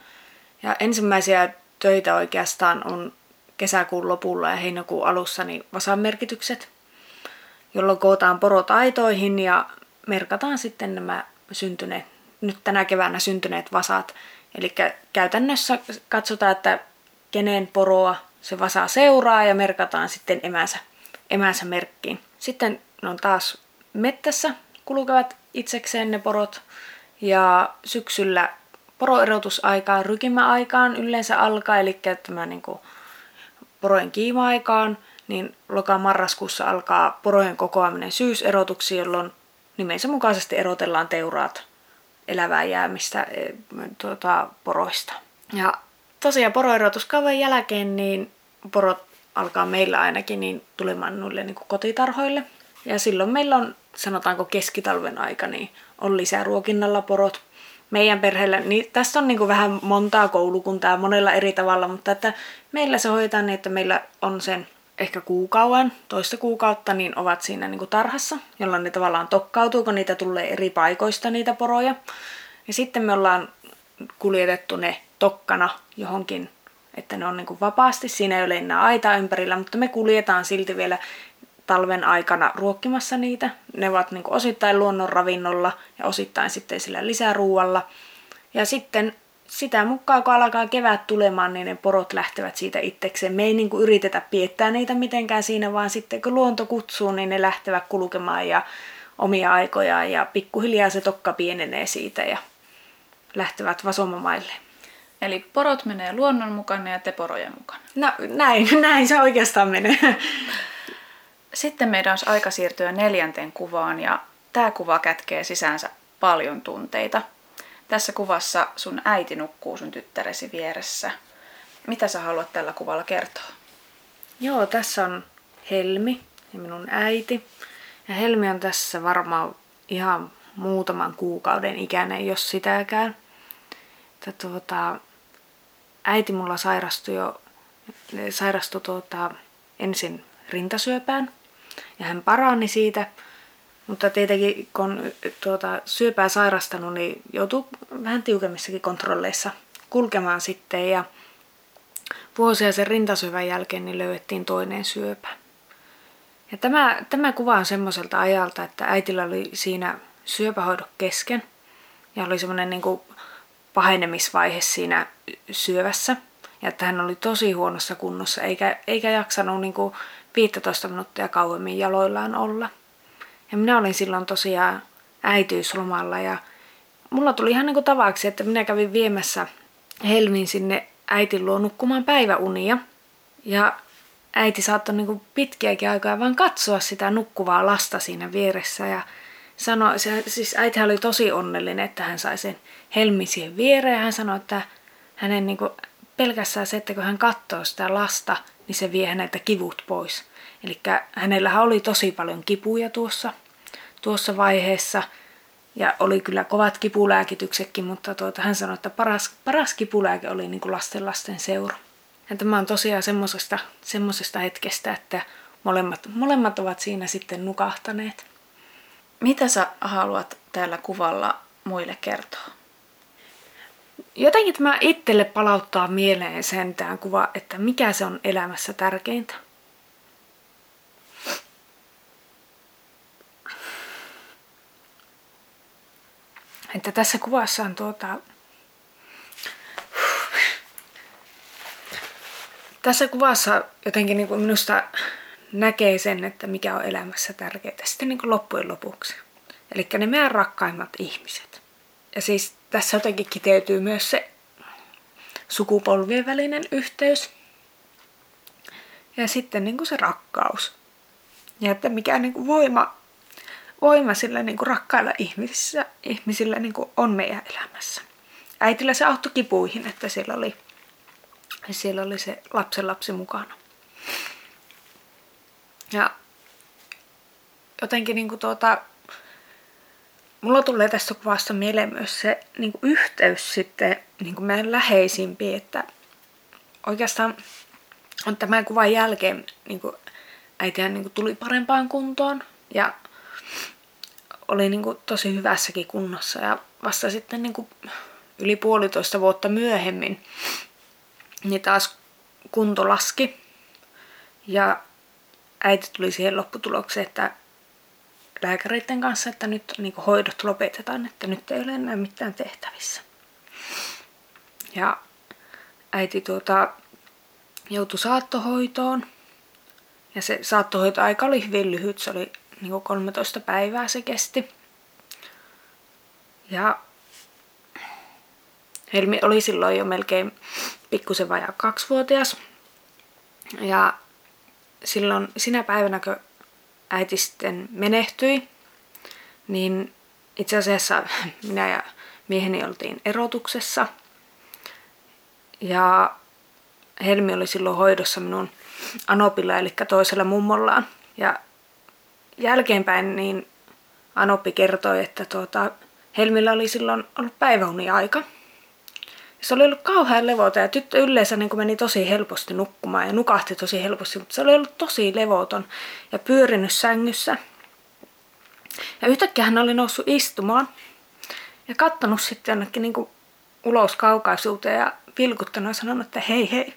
B: ja ensimmäisiä töitä oikeastaan on kesäkuun lopulla ja heinäkuun alussa niin vasanmerkitykset, jolloin kootaan porot aitoihin ja merkataan sitten nämä syntyneet, nyt tänä keväänä syntyneet vasat. Eli käytännössä katsotaan, että kenen poroa se vasa seuraa ja merkataan sitten emänsä, emänsä merkkiin. Sitten ne on taas mettässä, kulkevat itsekseen ne porot ja syksyllä poroerotusaikaan, rykimäaikaan yleensä alkaa, eli tämä niin kuin porojen kiima-aikaan, niin loka-marraskuussa alkaa porojen kokoaminen syyserotuksiin, jolloin nimensä mukaisesti erotellaan teuraat elävää jäämistä e, tuota, poroista. Ja tosiaan poroerotuskauden jälkeen niin porot alkaa meillä ainakin niin tulemaan noille niin kuin kotitarhoille. Ja silloin meillä on, sanotaanko keskitalven aika, niin on lisäruokinnalla porot. Meidän perheellä, niin tässä on niin kuin vähän montaa koulukuntaa monella eri tavalla, mutta että meillä se hoidetaan niin, että meillä on sen ehkä kuukauden, toista kuukautta, niin ovat siinä niin kuin tarhassa, jolloin ne tavallaan tokkautuu, kun niitä tulee eri paikoista niitä poroja. Ja sitten me ollaan kuljetettu ne tokkana johonkin, että ne on niin kuin vapaasti, siinä ei ole enää aitaa ympärillä, mutta me kuljetaan silti vielä talven aikana ruokkimassa niitä. Ne ovat niin kuin osittain luonnon ravinnolla ja osittain sitten sillä lisäruualla. Ja sitten sitä mukaan, kun alkaa kevät tulemaan, niin ne porot lähtevät siitä itsekseen. Me ei niin kuin yritetä piettää niitä mitenkään siinä, vaan sitten kun luonto kutsuu, niin ne lähtevät kulkemaan ja omia aikojaan. Ja pikkuhiljaa se tokka pienenee siitä ja lähtevät vasomamaille.
C: Eli porot menee luonnon mukana ja te porojen mukana.
B: No näin, näin se oikeastaan menee.
C: Sitten meidän olisi aika siirtyä neljänteen kuvaan ja tämä kuva kätkee sisäänsä paljon tunteita. Tässä kuvassa sun äiti nukkuu sun tyttäresi vieressä. Mitä sä haluat tällä kuvalla kertoa?
B: Joo, tässä on Helmi ja minun äiti. Ja Helmi on tässä varmaan ihan muutaman kuukauden ikäinen, jos sitäkään. Että tuota, äiti mulla sairastui jo sairastui tuota, ensin rintasyöpään. Ja hän parani siitä, mutta tietenkin kun tuota, syöpää sairastanut, niin joutuu vähän tiukemmissakin kontrolleissa kulkemaan sitten. Ja vuosia sen rintasyövän jälkeen niin löydettiin toinen syöpä. Ja tämä, tämä kuva on semmoiselta ajalta, että äitillä oli siinä syöpähoidot kesken. Ja oli semmoinen niin kuin pahenemisvaihe siinä syövässä. Ja että hän oli tosi huonossa kunnossa, eikä, eikä jaksanut niin kuin viisitoista minuuttia kauemmin jaloillaan olla. Ja minä olin silloin tosiaan äitiyslomalla ja mulla tuli ihan niin kuin tavaksi, että minä kävin viemässä Helmin sinne äitin luo nukkumaan päiväunia. Ja äiti saattoi niin kuin pitkiäkin aikaa vaan katsoa sitä nukkuvaa lasta siinä vieressä ja sanoi, siis äitihän oli tosi onnellinen, että hän sai sen Helmin siihen viereen ja hän sanoi, että hänen niin kuin pelkästään se, että kun hän katsoo sitä lasta, niin se vie häneltä kivut pois. Eli hänellähän oli tosi paljon kipuja tuossa, tuossa vaiheessa. Ja oli kyllä kovat kipulääkityksetkin, mutta tuota, hän sanoi, että paras, paras kipulääke oli niin kuin lasten lasten seura. Ja tämä on tosiaan semmoisesta, semmoisesta hetkestä, että molemmat, molemmat ovat siinä sitten nukahtaneet.
C: Mitä sä haluat tällä kuvalla muille kertoa?
B: Jotenkin tämä itselle palauttaa mieleen sen tämän kuva, että mikä se on elämässä tärkeintä. Että tässä kuvassa on tuota... Tässä kuvassa jotenkin niin kuin minusta näkee sen, että mikä on elämässä tärkeää sitten niin kuin loppujen lopuksi. Eli ne meidän rakkaimmat ihmiset. Ja siis tässä jotenkin kiteytyy myös se sukupolvien välinen yhteys. Ja sitten niin kuin se rakkaus. Ja että mikä niin kuin voima, voima sillä niin kuin rakkailla ihmisissä, ihmisillä niin kuin on meidän elämässä. Äitillä se auttoi kipuihin, että siellä oli, siellä oli se lapsenlapsi mukana. Ja jotenkin niin kuin tuota, mulla tulee tästä kuvasta mieleen myös se niin kuin yhteys sitten niin kuin meidän läheisimpiin, että oikeastaan on tämän kuvan jälkeen niin kuin äitihän niin kuin tuli parempaan kuntoon ja oli niin kuin tosi hyvässäkin kunnossa ja vasta sitten niin kuin yli puolitoista vuotta myöhemmin niin taas kunto laski ja äiti tuli siihen lopputulokseen, että lääkäreiden kanssa, että nyt niin kuin hoidot lopetetaan, että nyt ei ole enää mitään tehtävissä. Ja äiti tuota, joutui saattohoitoon. Ja se saattohoitoaika oli hyvin lyhyt, se oli niin kuin kolmetoista päivää se kesti. Ja Helmi oli silloin jo melkein pikkusen vajaa kaksivuotias. Ja silloin sinä päivänä, kun äiti sitten menehtyi, niin itse asiassa minä ja mieheni oltiin erotuksessa. Ja Helmi oli silloin hoidossa minun Anopilla, eli toisella mummollaan. Ja jälkeenpäin niin Anoppi kertoi, että tuota, Helmillä oli silloin ollut päiväuniaika. Se oli ollut kauhean levota ja tyttö yleensä niin meni tosi helposti nukkumaan ja nukahti tosi helposti, mutta se oli ollut tosi levoton ja pyörinyt sängyssä. Ja yhtäkkiä hän oli noussut istumaan ja kattonut sitten jonnekin niin kuin ulos kaukaisuuteen ja vilkuttanut ja sanonut, että hei hei.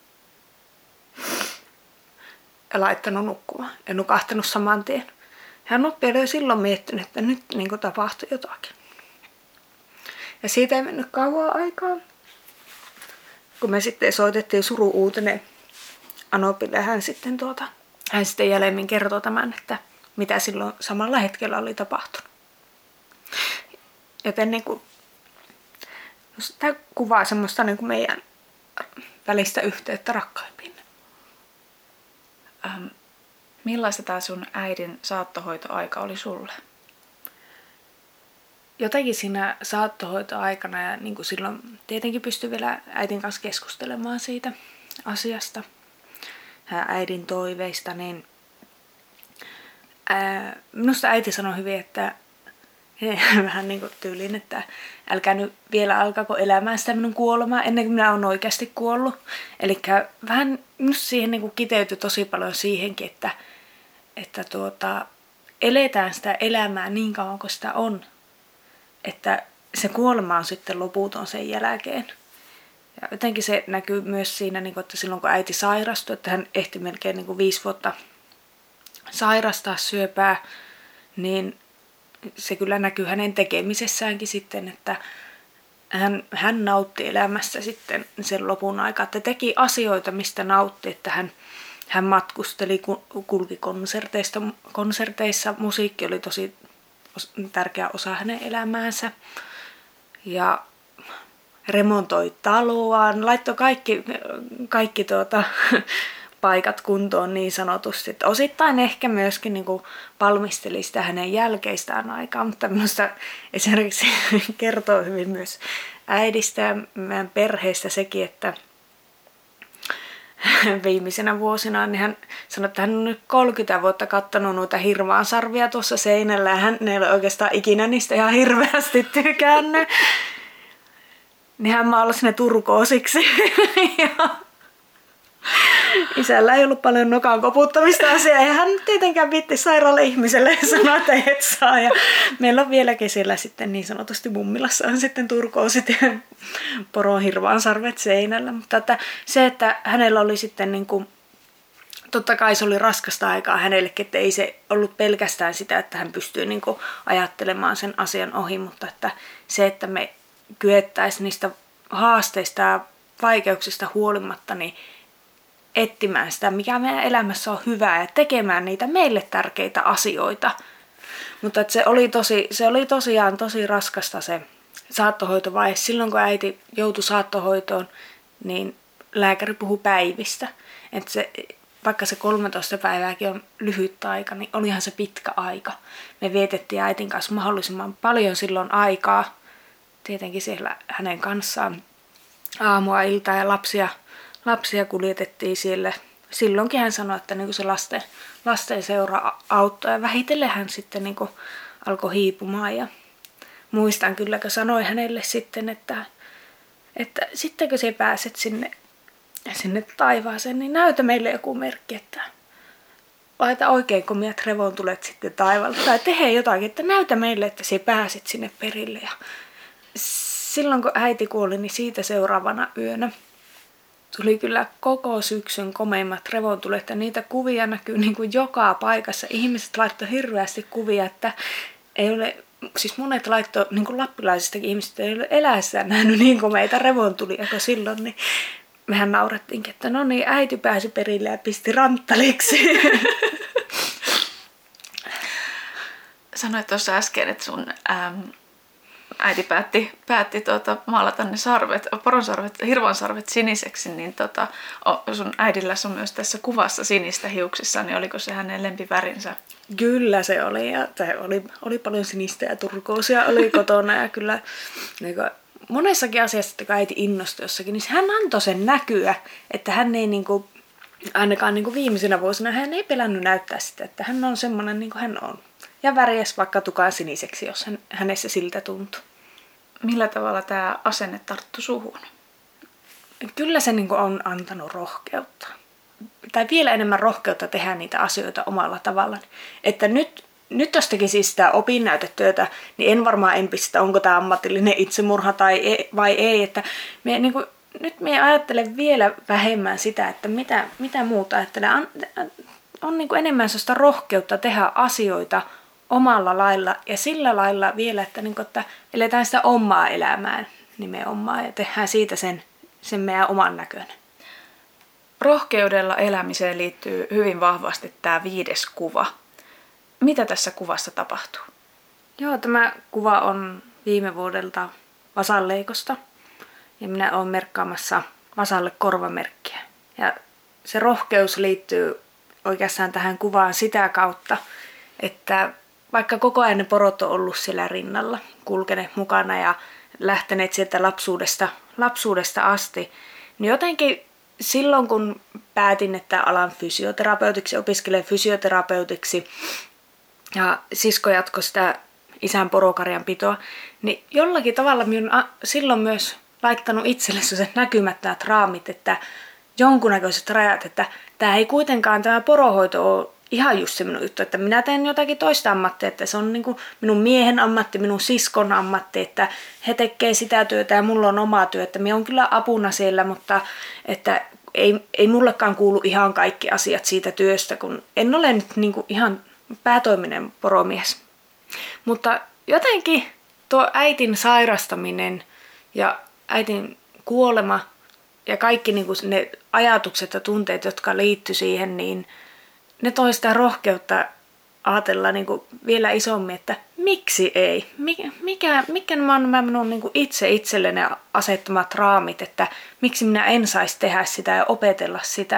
B: Ja laittanut nukkumaan ja nukahtanut saman tien. Hän oli jo silloin miettinyt, että nyt niin kuin tapahtui jotakin. Ja siitä ei mennyt kauan aikaa. Kun me sitten soitettiin suru-uutinen Anopille, hän sitten, tuota, hän sitten jälleen kertoi tämän, että mitä silloin samalla hetkellä oli tapahtunut. Joten niin kuin, tämä kuvaa semmoista niin kuin meidän välistä yhteyttä rakkaimpiin.
C: Ähm, millaista tämä sun äidin saattohoitoaika oli sulle?
B: Jotenkin siinä saattohoitoaikana ja niin kuin silloin tietenkin pystyi vielä äidin kanssa keskustelemaan siitä asiasta ja äidin toiveista, niin ää, minusta äiti sanoi hyvin, että vähän niin kuin tyyliin, että älkää nyt vielä alkaako elämään sitä minun kuolemaa ennen kuin minä olen oikeasti kuollut. Eli vähän minusta siihen niin kuin kiteytyi tosi paljon siihenkin, että, että tuota, eletään sitä elämää niin kauan kuin sitä on. Että se kuolema on sitten loputon sen jälkeen. Ja jotenkin se näkyy myös siinä, että silloin kun äiti sairastui, että hän ehti melkein niin kuin viisi vuotta sairastaa syöpää, niin se kyllä näkyy hänen tekemisessäänkin sitten, että hän, hän nautti elämässä sitten sen lopun aikaa, että teki asioita, mistä nautti, että hän, hän matkusteli, kulki konserteista, konserteissa, musiikki oli tosi tärkeä osa hänen elämäänsä ja remontoi taloaan, laittoi kaikki, kaikki tuota, paikat kuntoon niin sanotusti. Osittain ehkä myöskin niin kuin valmisteli sitä hänen jälkeistään aikaa, mutta minusta esimerkiksi kertoo hyvin myös äidistä ja meidän perheestä sekin, että viimeisenä vuosina niin hän sanoi, että hän on nyt kolmekymmentä vuotta kattonut noita hirvaan sarvia tuossa seinällä ja hän ei ole oikeastaan ikinä niistä ihan hirveästi tykännyt. Niin hän maalasi ne turkoosiksi. Ja isällä ei ollut paljon nokan koputtamista asiaa ja hän tietenkään viitti sairaalle ihmiselle ja sanoi, että et saa. Ja meillä on vieläkin siellä sitten niin sanotusti mummilassa on sitten turkoosit ja poron hirvaan sarvet seinällä. Mutta että se, että hänellä oli sitten niin kuin, totta kai se oli raskasta aikaa hänellekin, että ei se ollut pelkästään sitä, että hän pystyy niin kuin ajattelemaan sen asian ohi, mutta että se, että me kyettäisiin niistä haasteista ja vaikeuksista huolimatta, niin etsimään sitä, mikä meidän elämässä on hyvää ja tekemään niitä meille tärkeitä asioita. Mutta että se, oli tosi, se oli tosiaan tosi raskasta se saattohoitovaihe. Silloin kun äiti joutui saattohoitoon, niin lääkäri puhui päivistä. Että se, vaikka se kolmetoista päivääkin on lyhyt aika, niin olihan se pitkä aika. Me vietettiin äitin kanssa mahdollisimman paljon silloin aikaa. Tietenkin siellä hänen kanssaan aamua, iltaa ja lapsia, lapsia kuljetettiin siellä. Silloinkin hän sanoi, että niin se lasten, lasten seura auttoi ja vähitellen hän sitten niin alkoi hiipumaan. Ja muistan kyllä, kun sanoi hänelle sitten, että, että sitten kun sä pääset sinne, sinne taivaaseen, niin näytä meille joku merkki, että laita oikein komiat revontulet sitten taivaalta. Tai tehe jotakin, että näytä meille, että sä pääsit sinne perille. Ja silloin kun äiti kuoli, niin siitä seuraavana yönä tuli kyllä koko syksyn komeimmat revontulet ja niitä kuvia näkyy niin kuin joka paikassa. Ihmiset laittoi hirveästi kuvia, että ei ole, siis monet laittoi, niin kuin lappilaisistakin ihmisistä ei ole eläessään nähnyt niin komeita revontulia kuin silloin, niin mehän naurettiinkin, että no niin, äiti pääsi perille ja pisti ranttaliksi.
C: Sanoit tuossa äsken, että sun ähm, äiti päätti, päätti tuota, maalata ne sarvet, poronsarvet, hirvonsarvet siniseksi, niin tota, sun äidillä on myös tässä kuvassa sinistä hiuksissa, niin oliko se hänen lempivärinsä?
B: Kyllä se oli, ja se oli, oli paljon sinistä ja turkoosia oli kotona, ja kyllä niin kuin, monessakin asiassa, kun äiti innostui jossakin, niin hän antoi sen näkyä, että hän ei niin kuin, ainakaan niin kuin viimeisenä vuosina, hän ei pelännyt näyttää sitä, että hän on semmoinen niin kuin hän on. Ja värjäs vaikka tukaan siniseksi, jos hän, hänessä siltä tuntui.
C: Millä tavalla tämä asenne tarttui suhun?
B: Kyllä se niin kuin on antanut rohkeutta. Tai vielä enemmän rohkeutta tehdä niitä asioita omalla tavallaan. Että nyt, nyt jos tekisi sitä opinnäytetyötä, niin en varmaan en pistä, onko tämä ammatillinen itsemurha tai ei, vai ei. Että me, niin kuin, nyt me ajattelen vielä vähemmän sitä, että mitä, mitä muuta ajattelee. On, on niin kuin enemmän sellaista rohkeutta tehdä asioita omalla lailla ja sillä lailla vielä, että, niin kuin, että eletään sitä omaa elämää nimenomaan ja tehdään siitä sen, sen meidän oman näköinen.
C: Rohkeudella elämiseen liittyy hyvin vahvasti tämä viides kuva. Mitä tässä kuvassa tapahtuu?
B: Joo, tämä kuva on viime vuodelta vasanleikosta ja minä olen merkkaamassa vasalle korvamerkkiä. Ja se rohkeus liittyy oikeastaan tähän kuvaan sitä kautta, että vaikka koko ajan ne porot on ollut siellä rinnalla, kulkeneet mukana ja lähteneet sieltä lapsuudesta, lapsuudesta asti, niin jotenkin silloin kun päätin, että alan fysioterapeutiksi, opiskelen fysioterapeutiksi ja sisko jatkoi sitä isän porokarjan pitoa, niin jollakin tavalla minä olen silloin myös laittanut itselle sellaiset näkymättömät raamit, että jonkunnäköiset rajat, että tämä ei kuitenkaan tämä porohoito ole ihan just se minun juttu, että minä teen jotakin toista ammattia, että se on niin kuin minun miehen ammatti, minun siskon ammatti, että he tekee sitä työtä ja mulla on oma työ, että minä olen kyllä apuna siellä, mutta että ei, ei mullekaan kuulu ihan kaikki asiat siitä työstä, kun en ole nyt niin kuin ihan päätoiminen poromies. Mutta jotenkin tuo äitin sairastaminen ja äitin kuolema ja kaikki niin kuin ne ajatukset ja tunteet, jotka liittyi siihen, niin ne toi sitä rohkeutta ajatella niin kuin vielä isommin, että miksi ei? Mikä, mikä, mikä nämä on nämä minun niin kuin itse itselleni asettamat raamit, että miksi minä en saisi tehdä sitä ja opetella sitä.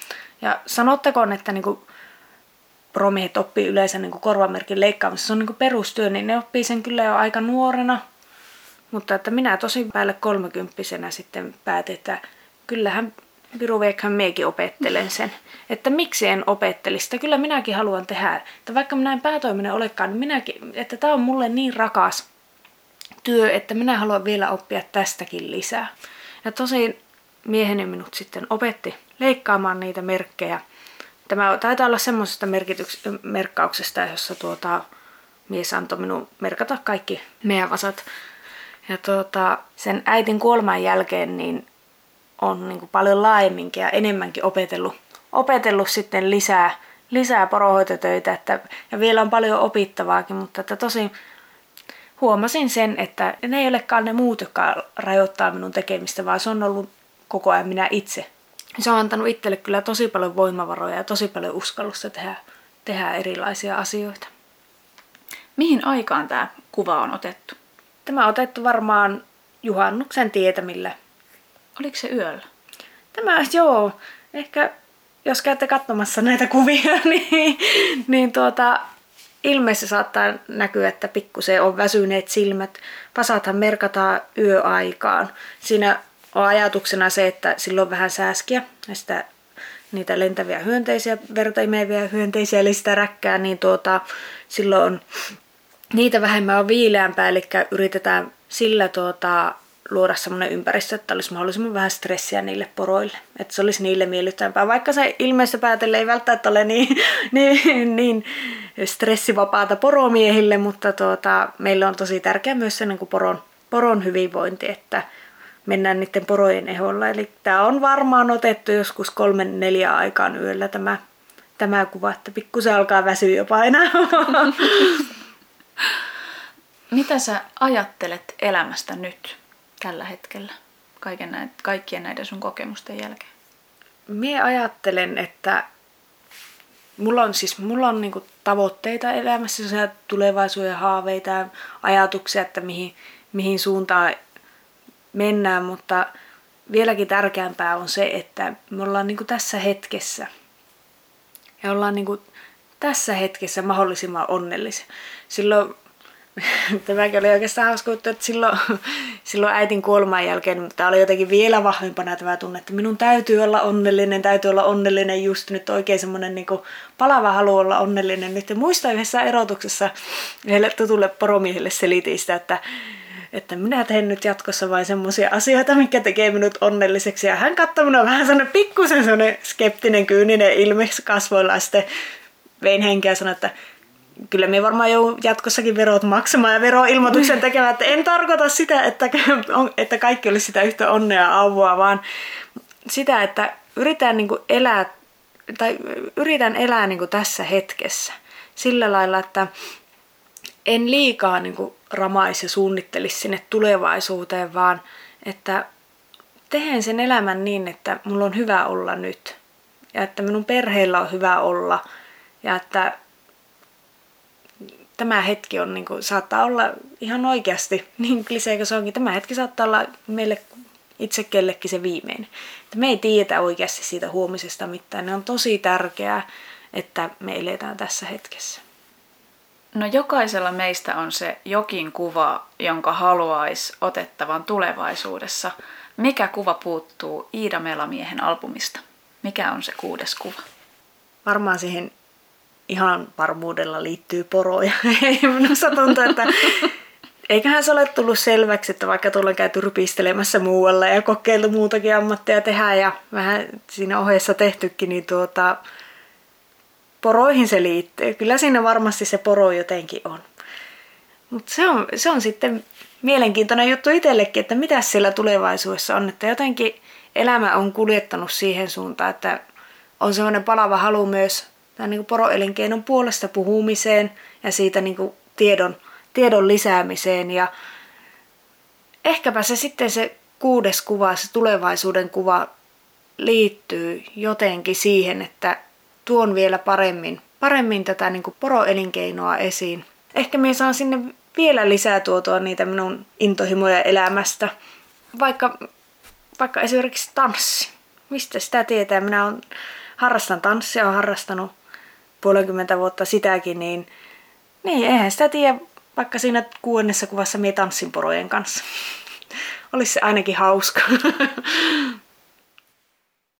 B: Ja sanottakoon, että niin kuin poromiehet oppii yleensä niin kuin korvamerkin leikkaamisessa, se on niin kuin perustyö, niin ne oppii sen kyllä jo aika nuorena. Mutta että minä tosi päälle kolmekymppisenä sitten päätin, että kyllähän piruveikhän meikin opettelen sen. Että miksi en opetteli sitä. Kyllä minäkin haluan tehdä. Että vaikka minä en päätoiminen olekaan, niin minäkin, että tämä on mulle niin rakas työ, että minä haluan vielä oppia tästäkin lisää. Ja tosi mieheni minut sitten opetti leikkaamaan niitä merkkejä. Tämä taitaa olla semmoisesta merkkauksesta, jossa tuota, mies antoi minun merkata kaikki meidän vasat. Ja tuota, sen äitin kuoleman jälkeen niin on niin kuin paljon laajemminkin ja enemmänkin opetellut, opetellut sitten lisää, lisää poronhoitotöitä. Että, ja vielä on paljon opittavaakin, mutta että tosi huomasin sen, että ne ei olekaan ne muut, jotka rajoittaa minun tekemistä, vaan se on ollut koko ajan minä itse. Se on antanut itselle kyllä tosi paljon voimavaroja ja tosi paljon uskallusta tehdä, tehdä erilaisia asioita.
C: Mihin aikaan tämä kuva on otettu?
B: Tämä on otettu varmaan juhannuksen tietämillä.
C: Oliko se yöllä?
B: Tämä, joo, ehkä jos käytte katsomassa näitä kuvia, niin, niin tuota, ilmeisesti saattaa näkyä, että pikkusen on väsyneet silmät. Pasathan merkataan yöaikaan. Siinä on ajatuksena se, että silloin on vähän sääskiä, sitä, niitä lentäviä hyönteisiä, verta imeviä hyönteisiä, eli sitä räkkää, niin tuota, silloin on niitä vähemmän on viileämpää, eli yritetään sillä tuota, luoda semmoinen ympäristö, että olisi mahdollisimman vähän stressiä niille poroille. Että se olisi niille miellyttävämpää, vaikka se ilmeistä päätelle ei välttämättä ole niin, niin, niin stressivapaata poromiehille, mutta tuota, meille on tosi tärkeää myös se niin kuin poron, poron hyvinvointi, että mennään niiden porojen eholla. Eli tämä on varmaan otettu joskus kolmen neljä aikaan yöllä tämä, tämä kuva, että pikkusen alkaa väsyä jopa enää.
C: Mitä sä ajattelet elämästä nyt, tällä hetkellä, kaiken näitä, kaikkien näiden sun kokemusten jälkeen?
B: Mie ajattelen, että mulla on, siis, mulla on niinku tavoitteita elämässä, tulevaisuuden haaveita ja ajatuksia, että mihin, mihin suuntaan mennään, mutta vieläkin tärkeämpää on se, että me ollaan niinku tässä hetkessä. Ja ollaan niinku tässä hetkessä mahdollisimman onnellisia. Silloin tämäkin oli oikeastaan hauska, että silloin, silloin äitin kuoleman jälkeen tämä oli jotenkin vielä vahvempana tämä tunne, että minun täytyy olla onnellinen, täytyy olla onnellinen just nyt, oikein semmoinen niin kuin palava halu olla onnellinen nyt. Ja muista yhdessä erotuksessa yhdelle tutulle poromiehelle selitin sitä, että, että minä teen nyt jatkossa vain semmoisia asioita, mitkä tekee minut onnelliseksi. Ja hän katsoi minua vähän semmoinen pikkusen semmoinen skeptinen, kyyninen ilme kasvoilla ja sitten vein henkeä ja sanoi, että kyllä me varmaan joudun jatkossakin verot maksamaan ja veroilmoituksen tekemään, että en tarkoita sitä, että, että kaikki olisi sitä yhtä onnea ja auvua, vaan sitä, että yritän, niin kuin elää, tai yritän elää niin kuin tässä hetkessä sillä lailla, että en liikaa niin kuin ramaisi ja suunnittelisi sinne tulevaisuuteen, vaan että teen sen elämän niin, että mulla on hyvä olla nyt ja että minun perheellä on hyvä olla ja että tämä hetki on, niin kuin, saattaa olla ihan oikeasti, niin kliseikö se onkin, tämä hetki saattaa olla meille itse kellekin se viimeinen. Että me ei tiedetä oikeasti siitä huomisesta mitään. Ne on tosi tärkeää, että me eletään tässä hetkessä.
C: No jokaisella meistä on se jokin kuva, jonka haluaisi otettavan tulevaisuudessa. Mikä kuva puuttuu Iida Melamiehen albumista? Mikä on se kuudes kuva?
B: Varmaan siihen ihan varmuudella liittyy poroja. Minusta tuntuu, että eiköhän se ole tullut selväksi, että vaikka tuolla on käyty rypistelemässä muualla ja kokeiltu muutakin ammattia tehdä ja vähän siinä ohessa tehtykin, niin tuota, poroihin se liittyy. Kyllä siinä varmasti se poro jotenkin on. Mutta se on, se on sitten mielenkiintoinen juttu itsellekin, että mitä siellä tulevaisuudessa on. Että jotenkin elämä on kuljettanut siihen suuntaan, että on sellainen palava halu myös tämän niin kuin poroelinkeinon puolesta puhumiseen ja siitä niin kuin tiedon, tiedon lisäämiseen. Ja ehkäpä se sitten se kuudes kuva, se tulevaisuuden kuva liittyy jotenkin siihen, että tuon vielä paremmin, paremmin tätä niin kuin poroelinkeinoa esiin. Ehkä minä saan sinne vielä lisää tuotua niitä minun intohimoja elämästä. Vaikka, vaikka esimerkiksi tanssi. Mistä sitä tietää? Minä on, harrastan tanssia, olen harrastanut puolenkymmentä vuotta sitäkin, niin, niin eihän sitä tiedä, vaikka siinä kuudennessa kuvassa minä tanssin porojen kanssa. Olisi se ainakin hauska.